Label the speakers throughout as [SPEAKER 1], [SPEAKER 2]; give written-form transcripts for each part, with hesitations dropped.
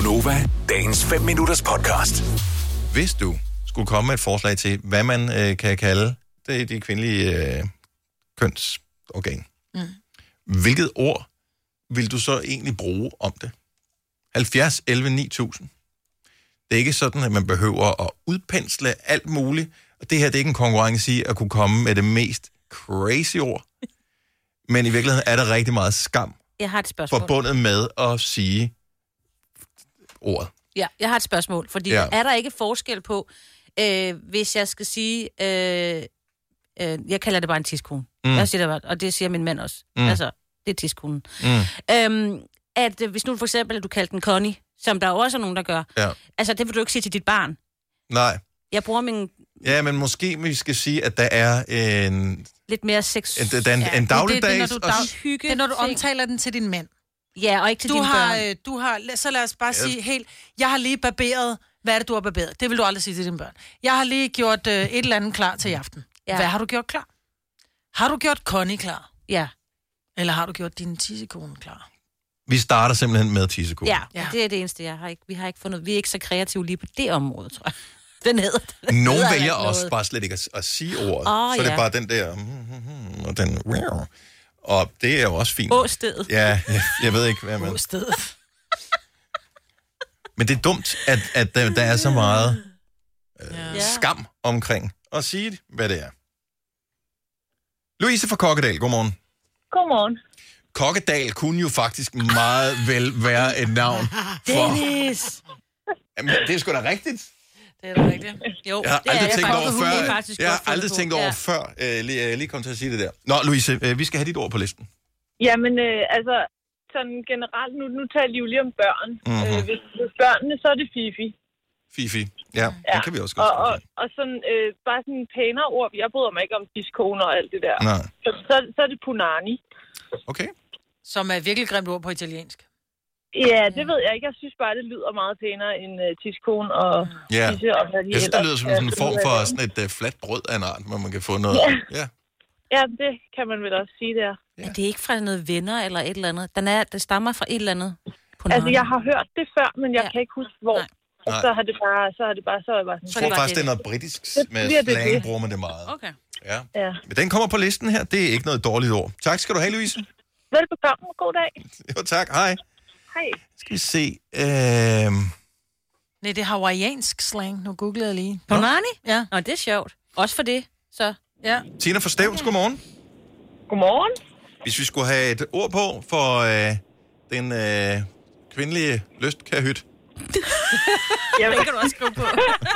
[SPEAKER 1] Gonova, dagens 5 minutters podcast.
[SPEAKER 2] Hvis du skulle komme med et forslag til, hvad man kan kalde det kvindelige kønsorgan, hvilket ord vil du så egentlig bruge om det? 70, 11, 9000. Det er ikke sådan, at man behøver at udpensle alt muligt. Og det her, det er ikke en konkurrence i at kunne komme med det mest crazy ord. Men i virkeligheden er der rigtig meget skam
[SPEAKER 3] Jeg har et spørgsmål.
[SPEAKER 2] forbundet med at sige ordet.
[SPEAKER 3] Ja, jeg har et spørgsmål. Fordi er der ikke forskel på, hvis jeg skal sige... jeg kalder det bare en tidskone. Jeg siger det bare, og det siger min mand også. Altså, det er tidskonen. At hvis nu for eksempel, du kaldte den Connie, som der også er nogen, der gør. Ja. Altså, det vil du ikke sige til dit barn.
[SPEAKER 2] Nej.
[SPEAKER 3] Jeg bruger min...
[SPEAKER 2] Ja, men måske vi skal sige, at der er en...
[SPEAKER 3] Lidt mere sex...
[SPEAKER 2] En dagligdags...
[SPEAKER 4] Det er, når du omtaler den til din mand.
[SPEAKER 3] Ja, og ikke til dine børn.
[SPEAKER 4] Du har... Så lad os bare sige helt... Jeg har lige barberet... Hvad er det, du har barberet? Det vil du aldrig sige til dine børn. Jeg har lige gjort et eller andet klar til i aften. Ja. Hvad har du gjort klar? Har du gjort Connie klar?
[SPEAKER 3] Ja.
[SPEAKER 4] Eller har du gjort din tissekone klar?
[SPEAKER 2] Vi starter simpelthen med tissekone.
[SPEAKER 3] Ja, det er det eneste, jeg har ikke... Vi har ikke fundet... Vi er ikke så kreative lige på det område, tror jeg. Den hedder...
[SPEAKER 2] Nogle vælger også bare slet ikke at sige ordet. Så det er bare den der... Og den... Og det er jo også fint.
[SPEAKER 3] Åstedet.
[SPEAKER 2] Ja, jeg ved ikke, hvad man...
[SPEAKER 4] Åstedet.
[SPEAKER 2] Men det er dumt, at der er så meget skam omkring at sige, hvad det er. Louise fra Kokkedal, godmorgen.
[SPEAKER 5] Godmorgen.
[SPEAKER 2] Kokkedal kunne jo faktisk meget vel være et navn for...
[SPEAKER 3] Dennis!
[SPEAKER 2] Jamen, det er sgu da rigtigt.
[SPEAKER 4] Det er da rigtigt.
[SPEAKER 3] Jo,
[SPEAKER 2] jeg har aldrig tænkt over før. Jeg har aldrig tænkt over før. Lige kom til at sige det der. Nå, Louise, vi skal have dit ord på listen.
[SPEAKER 5] Jamen, altså, sådan generelt, nu taler I jo lige om børn. Hvis børnene, så er det Fifi.
[SPEAKER 2] Fifi, ja. Det kan vi også godt.
[SPEAKER 5] Og sådan, bare sådan pænere ord. Jeg bryder mig ikke om diskoner og alt det der.
[SPEAKER 2] Nej.
[SPEAKER 5] Så er det punani.
[SPEAKER 2] Okay.
[SPEAKER 4] Som er virkelig grimt ord på italiensk.
[SPEAKER 5] Ja, det ved jeg ikke. Jeg synes bare, det lyder meget pænere end tiskone og tisse. Og hvad de
[SPEAKER 2] jeg synes, det lyder som sådan en form for sådan et flat brød af en art, hvor man kan få noget...
[SPEAKER 5] Ja, det kan man vel også sige der.
[SPEAKER 3] Ja. Er det ikke fra noget venner eller et eller andet? Det stammer fra et eller andet?
[SPEAKER 5] Altså, jeg har hørt det før, men jeg kan ikke huske, hvor. Og så har det bare...
[SPEAKER 2] Jeg tror faktisk, det er noget britisk med slang, bruger man det meget.
[SPEAKER 3] Okay.
[SPEAKER 2] Ja. Men den kommer på listen her. Det er ikke noget dårligt ord. Tak skal du have, Louise.
[SPEAKER 5] Velbekomme. God dag.
[SPEAKER 2] Jo, tak. Hej.
[SPEAKER 5] Hej.
[SPEAKER 2] Skal vi se...
[SPEAKER 4] Nej, det er hawaiiansk slang. Nu googlede jeg lige.
[SPEAKER 3] Punani?
[SPEAKER 4] Ja.
[SPEAKER 3] Nå, det er sjovt. Også for det, så...
[SPEAKER 4] Ja.
[SPEAKER 2] Tina fra Stevns, godmorgen.
[SPEAKER 5] Godmorgen.
[SPEAKER 2] Hvis vi skulle have et ord på for den kvindelige lystkahyt.
[SPEAKER 3] Jamen, det kan du også skrive på.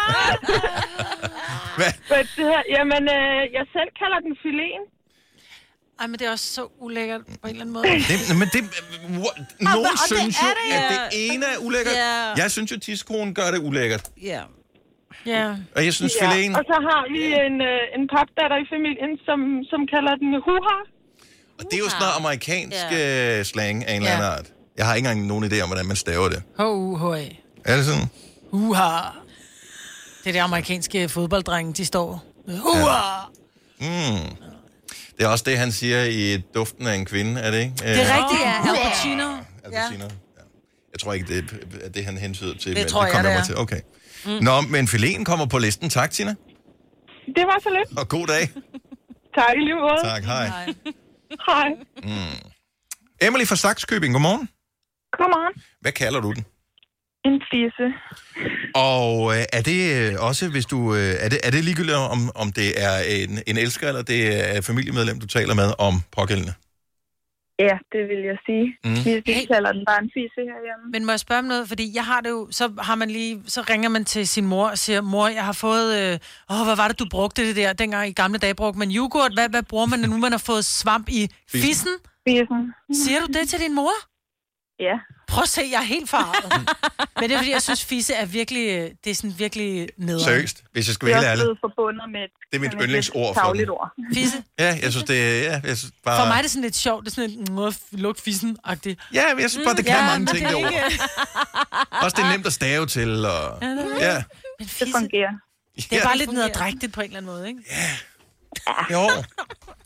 [SPEAKER 2] Hvad?
[SPEAKER 5] Jamen, jeg selv kalder den filéen.
[SPEAKER 4] Ej, men det er også så ulækkert på en eller anden måde.
[SPEAKER 2] Nogen synes jo, at det ene er ulækkert. Yeah. Jeg synes jo, tidskonen gør det ulækkert.
[SPEAKER 3] Ja.
[SPEAKER 4] Ja.
[SPEAKER 2] Og jeg synes, filéen...
[SPEAKER 5] Og så har vi en papdatter i familien, som kalder den huha.
[SPEAKER 2] Og det er jo sådan noget amerikansk slang af en eller anden art. Jeg har ikke engang nogen idé om, hvordan man staver det.
[SPEAKER 4] H-U-H-A.
[SPEAKER 2] Er det sådan?
[SPEAKER 4] Huha. Det er det amerikanske fodbolddrenge, de står. Huha.
[SPEAKER 2] Det er også det, han siger i Duften af en kvinde, er det ikke?
[SPEAKER 4] Det er rigtigt, ja. Al Pacino.
[SPEAKER 2] Ja. Jeg tror ikke, det er det, han hensyder til.
[SPEAKER 4] Det tror jeg, det er.
[SPEAKER 2] Til. Okay. Nå, men filéen kommer på listen. Tak, Tina.
[SPEAKER 5] Det var så lidt.
[SPEAKER 2] Og god dag.
[SPEAKER 5] Tak i lige måde.
[SPEAKER 2] Tak, hej.
[SPEAKER 5] Hej.
[SPEAKER 2] Emily fra Sakskøbing, godmorgen.
[SPEAKER 5] Godmorgen.
[SPEAKER 2] Hvad kalder du den?
[SPEAKER 5] En fisse.
[SPEAKER 2] Og er det også, hvis du... Er det ligegyldigt, om det er en elsker, eller det er et familiemedlem, du taler med om pågældende?
[SPEAKER 5] Ja, det vil jeg sige. Vi kalder den bare en fisse herhjemme.
[SPEAKER 4] Men må jeg spørge om noget? Fordi jeg har det jo... Så ringer man til sin mor og siger, mor, jeg har fået... hvad var det, du brugte det der? Dengang i gamle dage brugte man yoghurt. Hvad bruger man, nu man har fået svamp i fissen?
[SPEAKER 5] Fissen.
[SPEAKER 4] Siger du det til din mor?
[SPEAKER 5] Ja.
[SPEAKER 4] Prøv at se, jeg er helt farvet. Men det er fordi, jeg synes, fisse er virkelig... Det er sådan virkelig nederen.
[SPEAKER 2] Seriøst, hvis jeg skal være helt ærlig.
[SPEAKER 5] Det er også forbundet med
[SPEAKER 2] det er mit yndlingsord for den.
[SPEAKER 4] Fisse?
[SPEAKER 2] Ja, jeg synes, det er... Jeg synes bare...
[SPEAKER 4] For mig er det sådan lidt sjovt. Det er sådan lidt lugt fissen-agtigt.
[SPEAKER 2] Ja, men jeg synes bare, det kan mange ting derovre. Ikke... Også det er nemt at stave til, og... Ja.
[SPEAKER 4] Men fisse...
[SPEAKER 5] Det fungerer.
[SPEAKER 4] Det er bare lidt nederdrægtigt på en eller anden måde, ikke?
[SPEAKER 2] Ja. Jo.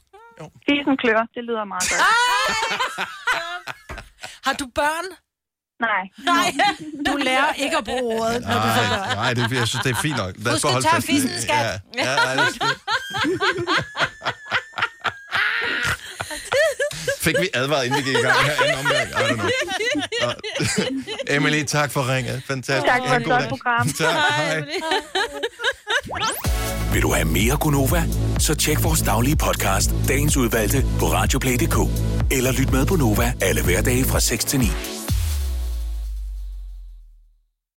[SPEAKER 5] Fissen klør, det lyder meget godt.
[SPEAKER 4] Har du børn?
[SPEAKER 5] Nej.
[SPEAKER 4] Du lærer ikke at bruge ordet, når du så gør.
[SPEAKER 2] Nej, jeg synes, det er fint nok.
[SPEAKER 4] Husk at tage fissen, skat.
[SPEAKER 2] Ja, fik vi advaret, inden vi gik i gang her anden omgang? I don't know. Emily, tak for ringet. Fantastisk.
[SPEAKER 5] Tak for et godt program.
[SPEAKER 2] Tak, hej.
[SPEAKER 1] Vil du have mere Gunova? Så tjek vores daglige podcast, dagens udvalgte, på radioplay.dk. Eller lyt med på Nova alle hverdage fra 6 til 9.